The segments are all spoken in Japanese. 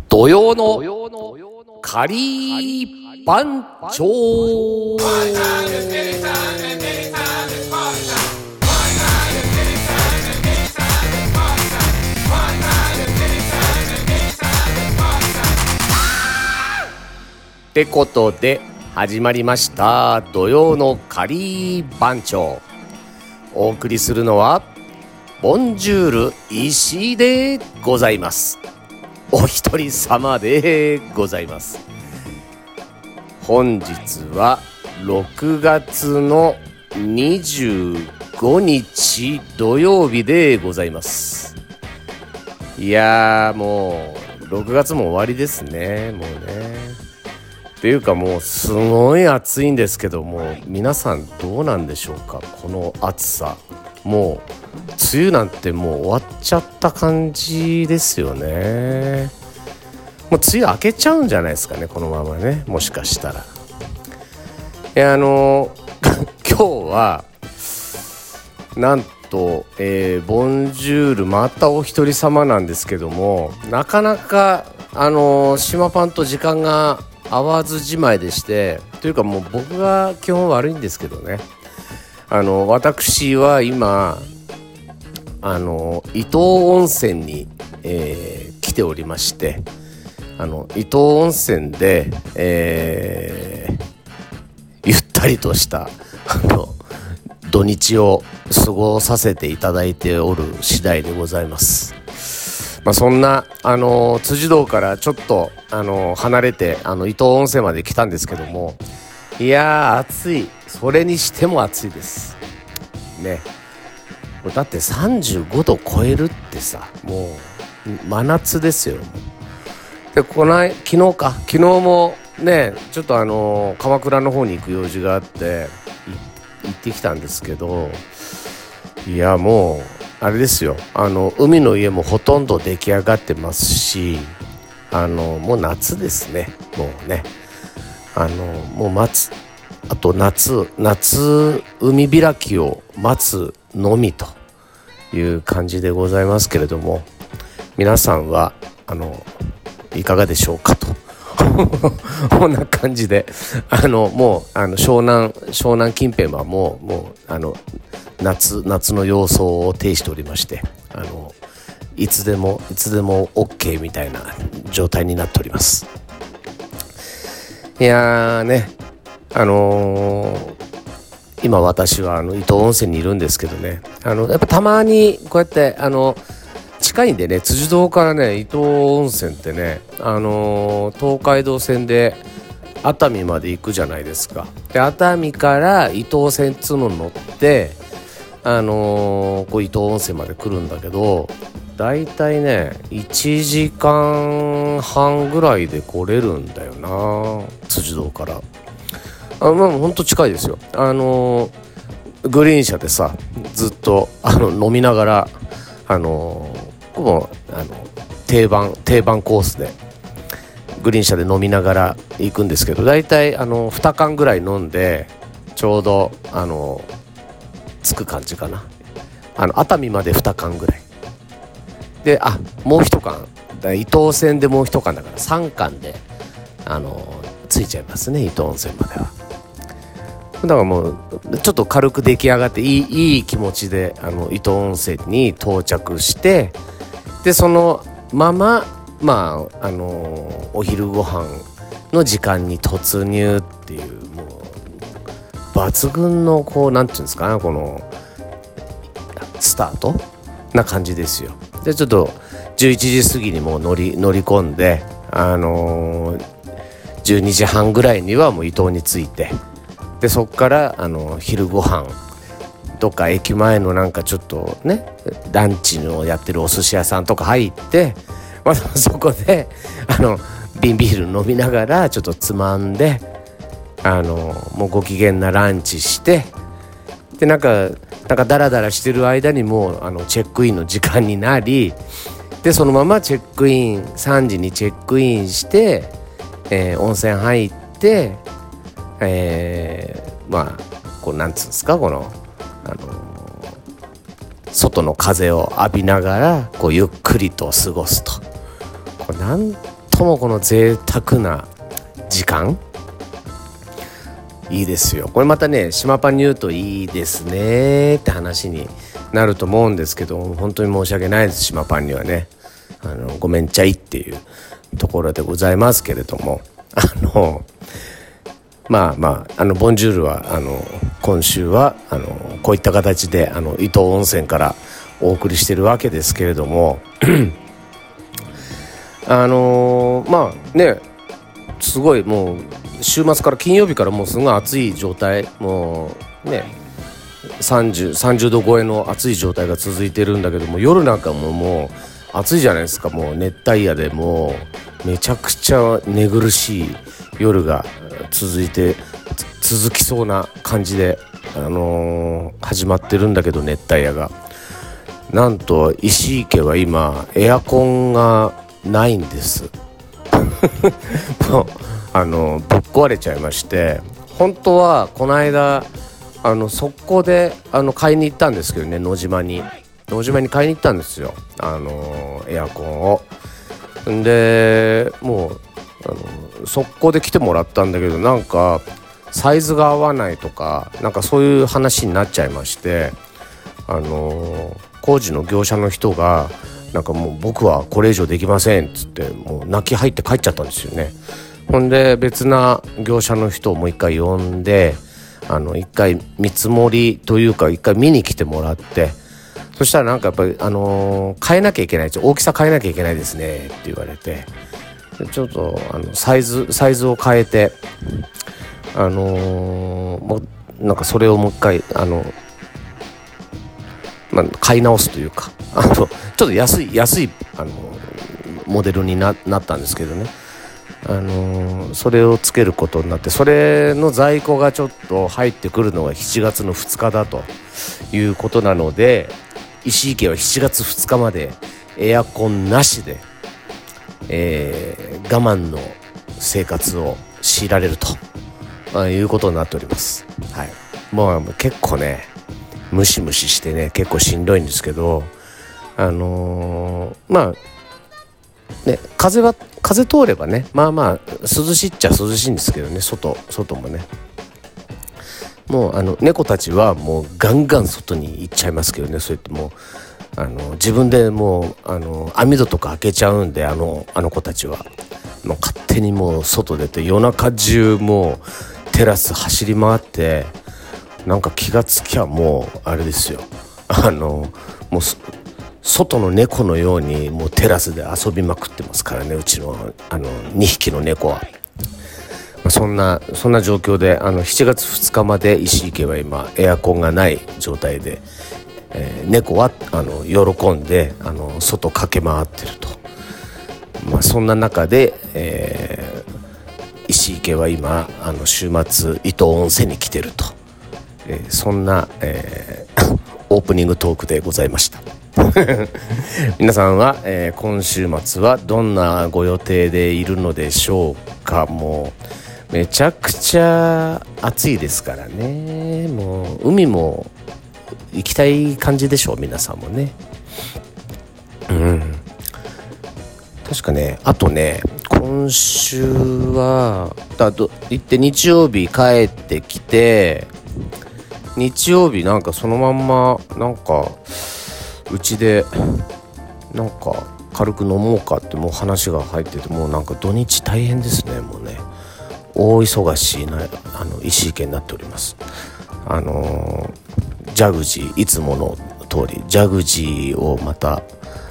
土曜の仮番長。ってことで始まりました土曜の仮番長。お送りするのはボンジュール石井でございます。お一人様でございます。本日は6月の25日土曜日でございます。いやー、もう6月も終わりですね。もうねっていうか、もうすごい暑いんですけども、皆さんどうなんでしょうか。この暑さ、もう梅雨なんてもう終わっちゃった感じですよね。もう梅雨明けちゃうんじゃないですかね、このままね、もしかしたら。今日はなんと、ボンジュールまたお一人様なんですけども、なかなか島パンと時間が合わずじまいでして、というかもう僕が基本悪いんですけどね。私は今伊東温泉に、来ておりまして、伊東温泉で、ゆったりとした土日を過ごさせていただいておる次第でございます。そんな辻堂からちょっと離れて伊東温泉まで来たんですけども、いやー暑い。それにしても暑いですね。だって35度超えるってさ、もう真夏ですよ。で昨日もね、ちょっと鎌倉の方に行く用事があって行ってきたんですけど、いやもうあれですよ、海の家もほとんど出来上がってますし、もう夏ですね。もうねもうあと夏海開きを待つのみという感じでございますけれども、皆さんはいかがでしょうかとこんな感じでもう湘南近辺はもう夏の様相を呈しておりまして、いつでも OK みたいな状態になっております。いやーね、今私は伊東温泉にいるんですけどね、やっぱたまにこうやって近いんでね、辻堂からね伊東温泉ってね、東海道線で熱海まで行くじゃないですか。で熱海から伊東線つの乗ってこう伊東温泉まで来るんだけど、だいたいね1時間半ぐらいで来れるんだよな、辻堂から。ほんと近いですよ。グリーン車でさ、ずっと飲みながらも定番コースでグリーン車で飲みながら行くんですけど、だいたい2缶ぐらい飲んでちょうど着く感じかな。熱海まで2缶ぐらいで、もう1缶伊東線でもう1缶だから3缶で着いちゃいますね、伊東温泉までは。だからもうちょっと軽く出来上がっていい気持ちで伊東温泉に到着して、でそのままお昼ご飯の時間に突入っていう、もう抜群のなんていうんですかね、このスタートな感じですよ。でちょっと11時過ぎにもう乗り込んで12時半ぐらいにはもう伊東に着いて、でそっから昼ご飯どっか駅前のなんかちょっとねランチのやってるお寿司屋さんとか入って、そこで瓶ビール飲みながらちょっとつまんでもうご機嫌なランチして、でなんかダラダラしてる間にもうチェックインの時間になり、でそのまま3時にチェックインして、温泉入って、こうなんつうんですか、この外の風を浴びながらこうゆっくりと過ごすと、これなんとともこの贅沢な時間いいですよ。これまたね島パンに言うといいですねって話になると思うんですけど、本当に申し訳ないです。島パンにはねごめんちゃいっていうところでございますけれども、まあボンジュールは今週はこういった形で伊東温泉からお送りしてるわけですけれどもまあねすごいもう週末から金曜日からもうすごい暑い状態、もうね30度超えの暑い状態が続いてるんだけども、夜なんかもう暑いじゃないですか。もう熱帯夜でもうめちゃくちゃ寝苦しい夜が続きそうな感じで、始まってるんだけど、熱帯夜がなんと石井家は今エアコンがないんですもうぶっ壊れちゃいまして、本当はこの間速攻で買いに行ったんですけどね、野島に買いに行ったんですよ、エアコンを。でもう速攻で来てもらったんだけど、なんかサイズが合わないとかなんかそういう話になっちゃいまして、工事の業者の人がなんかもう僕はこれ以上できませんっつってもう泣き入って帰っちゃったんですよね。ほんで別な業者の人をもう一回呼んで一回見積もりというか一回見に来てもらって、そしたらなんかやっぱり変えなきゃいけない、大きさ変えなきゃいけないですねって言われて、ちょっとサイズを変えてなんかそれをもう一回買い直すというかちょっと安いモデルになったんですけどね、それをつけることになって、それの在庫がちょっと入ってくるのが7月の2日だということなので、石井家は7月2日までエアコンなしで、我慢の生活を強いられるということになっております。はい、もう結構ねムシムシしてね結構しんどいんですけど、まあね、風通ればねまあ涼しいっちゃ涼しいんですけどね、外もね、もう猫たちはもうガンガン外に行っちゃいますけどね。そうやってもう自分でもう網戸とか開けちゃうんで、あの子たちはもう勝手にもう外出て夜中中もうテラス走り回って、なんか気がつきゃもうあれですよ、もう外の猫のようにもうテラスで遊びまくってますからね、うちの2匹の猫は。そんな状況で7月2日まで石井家は今エアコンがない状態で、猫は喜んで外駆け回ってると、そんな中で、石井家は今週末伊東温泉に来てると、そんな、オープニングトークでございました皆さんは、今週末はどんなご予定でいるのでしょうか。もうめちゃくちゃ暑いですからね。もう海も行きたい感じでしょう、皆さんもね。確かね、あとね今週は行って日曜日帰ってきて、日曜日なんかそのまんまなんかうちでなんか軽く飲もうかってもう話が入ってて、もうなんか土日大変ですね。もうね大忙しいな石井家になっております。ジャグジーいつもの通りジャグジーをまた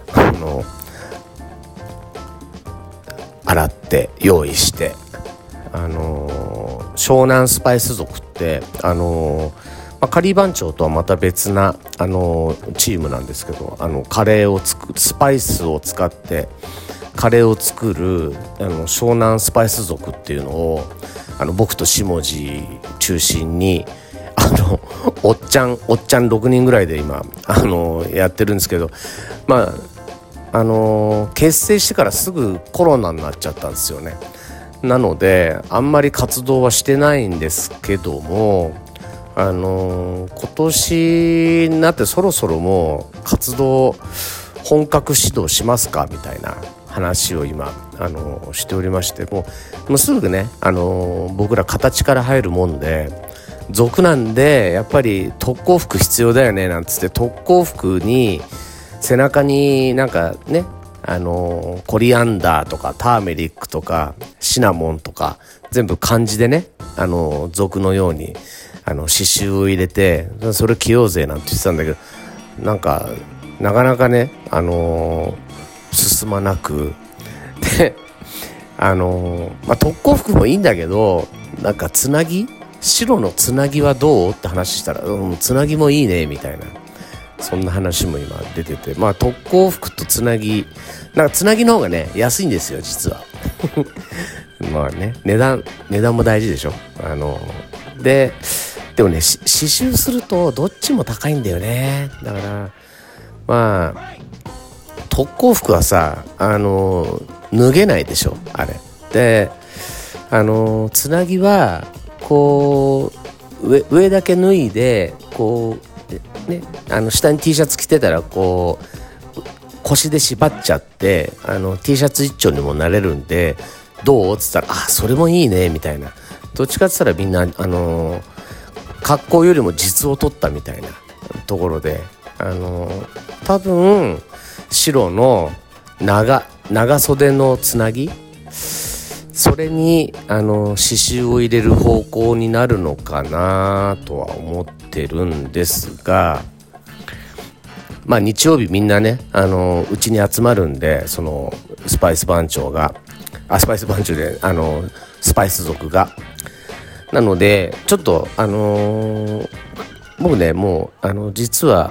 洗って用意して、湘南スパイス族ってカリー番長とはまた別なチームなんですけど、カレーをスパイスを使ってカレーを作る湘南スパイス族っていうのを僕と下地中心におっちゃん6人ぐらいで今やってるんですけど、結成してからすぐコロナになっちゃったんですよね。なのであんまり活動はしてないんですけども、今年になってそろそろもう活動本格始動しますかみたいな話を今しておりまして、もうすぐね、僕ら形から入るもんで、族なんでやっぱり特攻服必要だよねなんつって、特攻服に背中になんかね、コリアンダーとかターメリックとかシナモンとか全部漢字でね、族のように刺繍を入れて、それ着ようぜなんて言ってたんだけど、なんかなかなかね、進まなくで、特攻服もいいんだけど、なんかつなぎ、白のつなぎはどうって話したら、つなぎもいいねみたいな、そんな話も今出てて、特攻服とつなぎ、なんかつなぎの方がね安いんですよ実はね、値段も大事でしょ。でもね、刺繍するとどっちも高いんだよね。だから特攻服はさ、脱げないでしょあれで、つなぎはこう上だけ脱いで、こうね、下に T シャツ着てたらこう腰で縛っちゃって、T シャツ一丁にもなれるんで、どうっつったら、それもいいねみたいな。どっちかっつったらみんな格好よりも実を取ったみたいなところで、多分白の長袖のつなぎ、それに刺繍を入れる方向になるのかなとは思ってるんですが、日曜日みんなね、うちに集まるんで、そのスパイス番長でスパイス族が、なのでちょっと僕ね、もう実は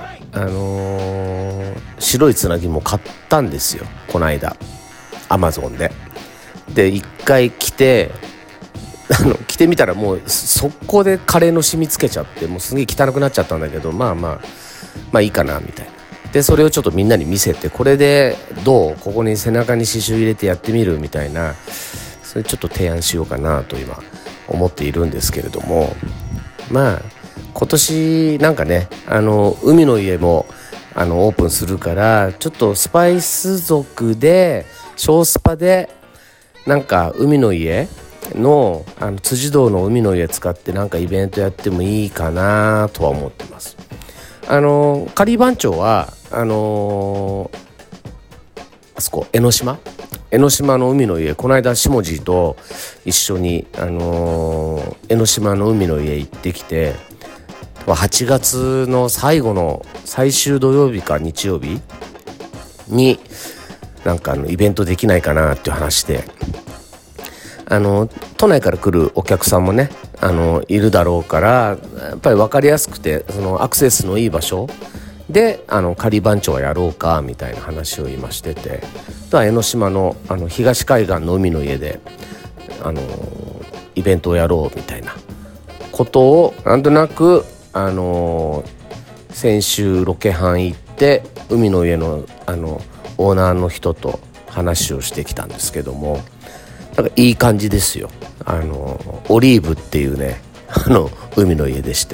白いつなぎも買ったんですよ、この間アマゾンで一回着てみたら、もう速攻でカレーの染みつけちゃって、もうすげえ汚くなっちゃったんだけど、まあいいかなみたいな。でそれをちょっとみんなに見せて、これでどう、ここに背中に刺繍入れてやってみるみたいな、それちょっと提案しようかなと今思っているんですけれども、今年なんかね、海の家もオープンするから、ちょっとスパイス族で小スパでなんか海の家の辻堂の海の家使ってなんかイベントやってもいいかなとは思ってます。カリー番長はあそこ江ノ島の海の家、この間下地と一緒に江ノ島の海の家行ってきて、8月の最終土曜日か日曜日になんかイベントできないかなっていう話で、都内から来るお客さんもねいるだろうから、やっぱり分かりやすくて、そのアクセスのいい場所で仮番長はやろうかみたいな話を今してて、江ノ島の東海岸の海の家でイベントをやろうみたいなことをなんとなく先週ロケハン行って海の家のオーナーの人と話をしてきたんですけども、なんかいい感じですよ。オリーブっていうね海の家でして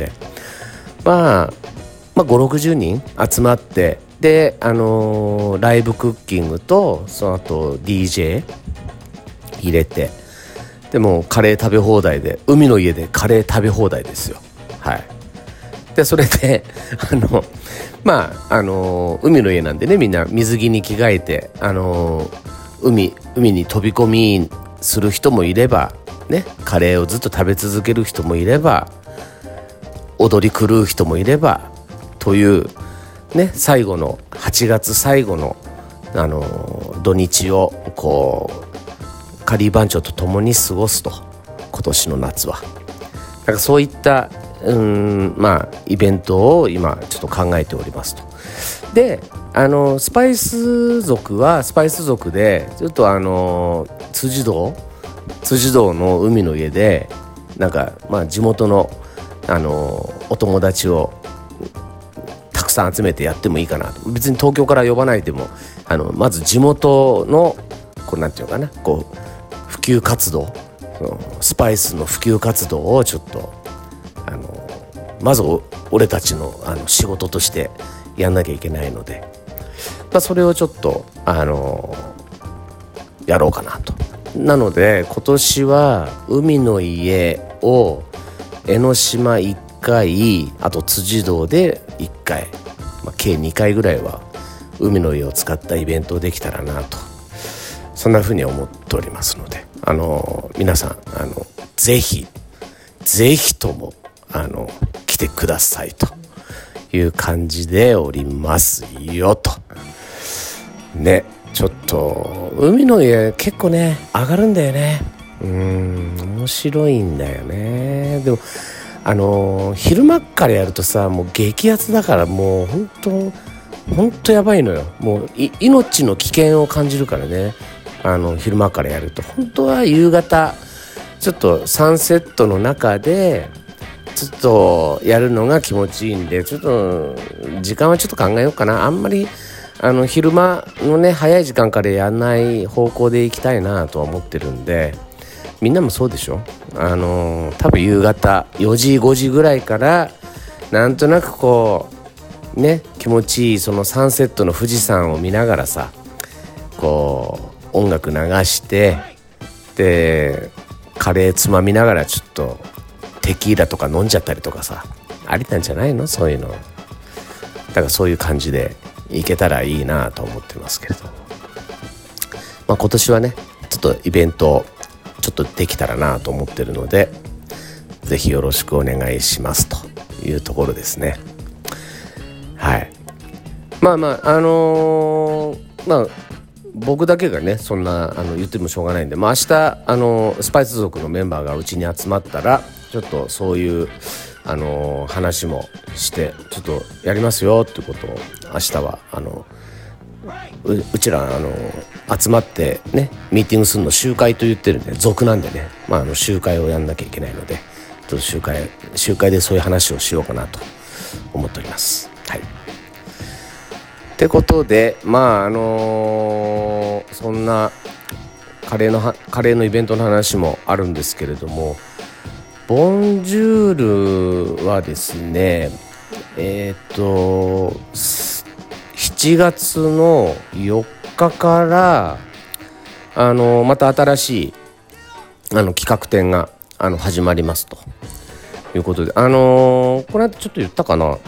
、5,60 人集まって、でライブクッキングとその後 DJ 入れて、でもカレー食べ放題で、海の家でカレー食べ放題ですよ。はい。でそれで海の家なんでね、みんな水着に着替えて海に飛び込みする人もいればね、カレーをずっと食べ続ける人もいれば、踊り狂う人もいればというね、最後の8月最後の土日をこうカリー番長と共に過ごすと、今年の夏はなんかそういったイベントを今ちょっと考えておりますと。でスパイス族はスパイス族で、ちょっと辻堂の海の家でなんか地元のお友達をたくさん集めてやってもいいかなと。別に東京から呼ばないでもまず地元のこうなんていうのかな、こう普及活動、スパイスの普及活動をちょっとまず俺たちの仕事としてやんなきゃいけないので、それをちょっとやろうかなと。なので今年は海の家を江ノ島1回、あと辻堂で1回、計2回ぐらいは海の家を使ったイベントできたらなと、そんな風に思っておりますので、皆さんぜひとも来てくださいという感じでおりますよとね。ちょっと海の家結構ね上がるんだよね。面白いんだよね。でも昼間からやるとさ、もう激アツだから、もうほんとやばいのよ。もう命の危険を感じるからね。昼間からやると、本当は夕方ちょっとサンセットの中でちょっとやるのが気持ちいいんで、ちょっと時間はちょっと考えようかな。あんまり昼間のね早い時間からやんない方向で行きたいなとは思ってるんで、みんなもそうでしょ。多分夕方4時5時ぐらいからなんとなくこうね、気持ちいいそのサンセットの富士山を見ながらさ、こう音楽流してでカレーつまみながらちょっとテキーラとか飲んじゃったりとかさ、ありなんじゃないの、そういうの。だからそういう感じでいけたらいいなと思ってますけれど、今年はねちょっとイベントちょっとできたらなと思ってるので、ぜひよろしくお願いしますというところですね。はい。僕だけがねそんな言ってもしょうがないんで、明日スパイス族のメンバーがうちに集まったらちょっとそういう話もしてちょっとやりますよっていうことを明日はうちら集まってねミーティングするの集会と言ってるんで、族なんでね、集会をやんなきゃいけないので、ちょっと集会でそういう話をしようかなと思っております。はい。ってことでそんなカレーのイベントの話もあるんですけれども、ボンジュールはですね7月の4日からまた新しい企画展が始まりますということで、この間ちょっと言ったかな、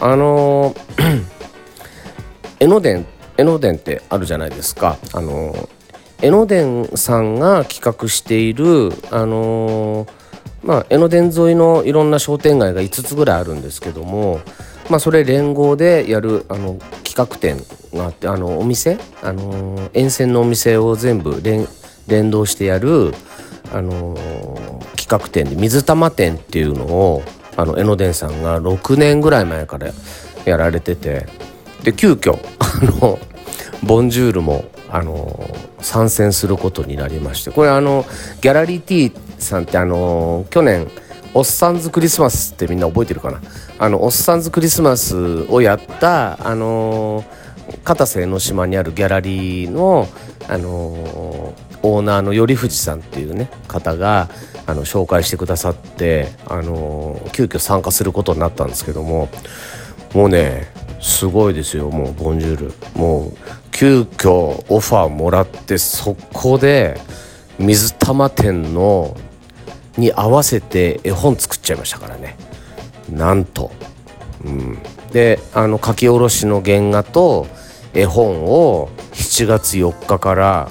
江ノ電ってあるじゃないですか。江ノ電さんが企画している江ノ電沿いのいろんな商店街が5つぐらいあるんですけども、それ連合でやる企画展があって、お店沿線のお店を全部連動してやる企画展で、水玉展っていうのを江ノ電さんが6年ぐらい前からやられてて、で急遽ボンジュールも参戦することになりまして、これギャラリー T さんって去年オッサンズクリスマスってみんな覚えてるかな。オッサンズクリスマスをやった片瀬江ノ島にあるギャラリーのオーナーの頼藤さんっていうね方が紹介してくださって、急遽参加することになったんですけども、もうねすごいですよ。もうボンジュールもう急遽オファーもらって速攻で水玉店に合わせて絵本作っちゃいましたからね。なんと、で書き下ろしの原画と絵本を7月4日から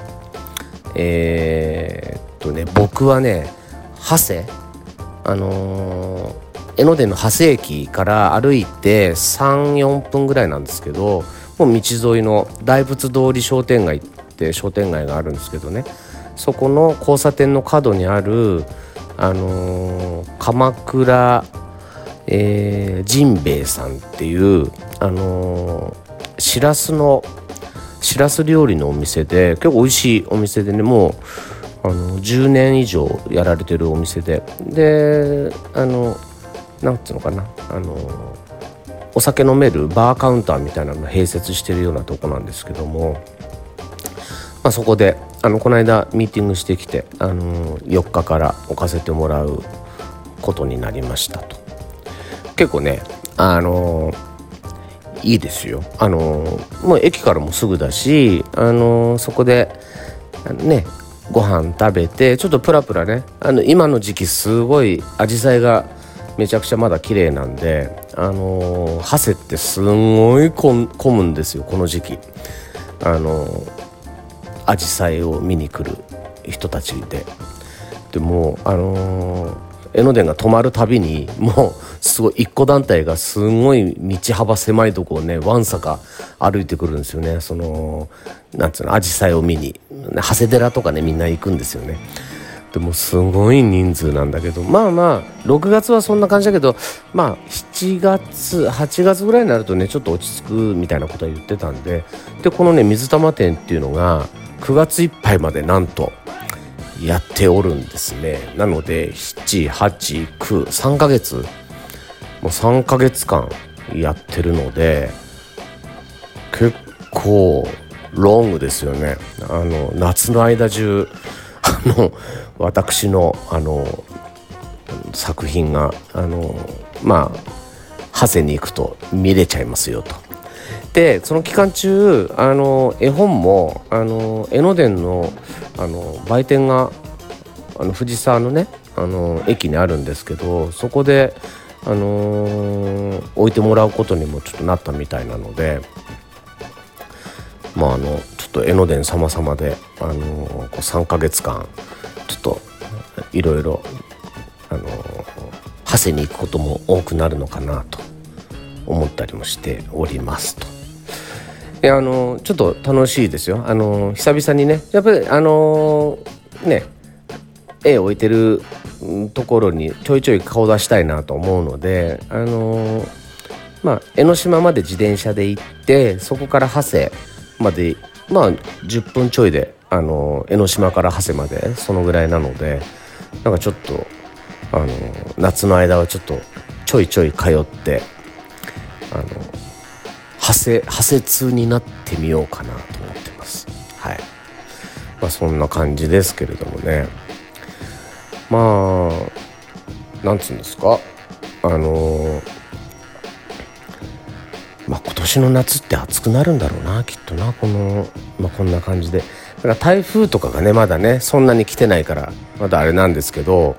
僕はね長谷江ノ電の長谷駅から歩いて 3,4 分ぐらいなんですけど、もう道沿いの大仏通り商店街って商店街があるんですけどね、そこの交差点の角にある鎌倉甚兵衛さんっていうしらす料理のお店で、結構美味しいお店でね、もう10年以上やられてるお店で、なんていうのかな、お酒飲めるバーカウンターみたいなの併設してるようなとこなんですけども、そこでこの間ミーティングしてきて4日から置かせてもらうことになりましたと。結構ねいいですよ。もう駅からもすぐだしそこでねご飯食べてちょっとプラプラね、今の時期すごいアジサイがめちゃくちゃまだ綺麗なんで、長谷ってすごい混むんですよこの時期。アジサイを見に来る人たちでも江ノ電が止まるたびにもうすごい一個団体がすごい道幅狭いとこをねわんさか歩いてくるんですよね。なんつうの、アジサイを見に長谷寺とかねみんな行くんですよね。でもすごい人数なんだけど、まあ6月はそんな感じだけど、7月8月ぐらいになるとねちょっと落ち着くみたいなことは言ってたんで、このね水玉店っていうのが9月いっぱいまでなんとやっておるんですね。なので7、8、9、3ヶ月もう3ヶ月間やってるので結構ロングですよね。夏の間中私の作品が長谷に行くと見れちゃいますよと。でその期間中絵本も江ノ電の売店が藤沢のね駅にあるんですけど、そこで置いてもらうことにもちょっとなったみたいなので、ちょっと江ノ電様々で3ヶ月間ちょっといろいろ長谷に行くことも多くなるのかなと思ったりもしておりますと。ちょっと楽しいですよ。久々にねやっぱり絵置いてるところにちょいちょい顔出したいなと思うので、江ノ島まで自転車で行ってそこから長谷まで10分ちょいで江ノ島から長谷までそのぐらいなので、なんかちょっと夏の間はちょっとちょいちょい通って長谷通になってみようかなと思ってます。はい。そんな感じですけれどもね。なんつうんですか、今年の夏って暑くなるんだろうなきっとな、こんな感じで。だから台風とかがねまだねそんなに来てないからまだあれなんですけど、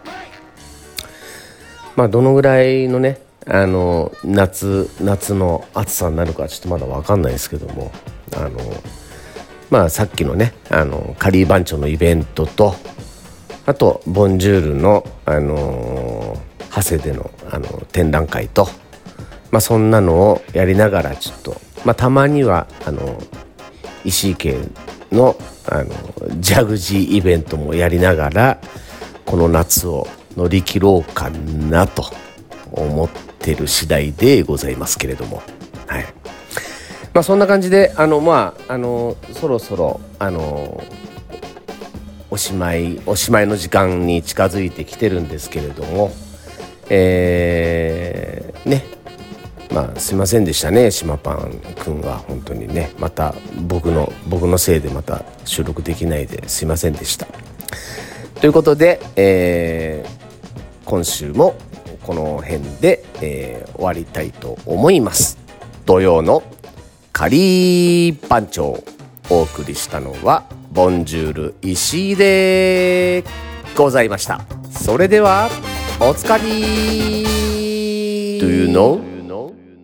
どのぐらいのね夏の暑さになるかちょっとまだ分かんないですけども、さっきのねカリー番長のイベントと、あとボンジュールの長谷での展覧会と、そんなのをやりながらちょっとたまには石井家のジャグジーイベントもやりながらこの夏を乗り切ろうかなと思ってる次第でございますけれども、はい。そんな感じでそろそろおしまいの時間に近づいてきてるんですけれども、すいませんでしたね、島パンくんは本当にね、また僕のせいでまた収録できないですいませんでした。ということで、今週もこの辺で、終わりたいと思います。土曜のカリー番長、お送りしたのはボンジュール石井でございました。それではおつかり。Do you know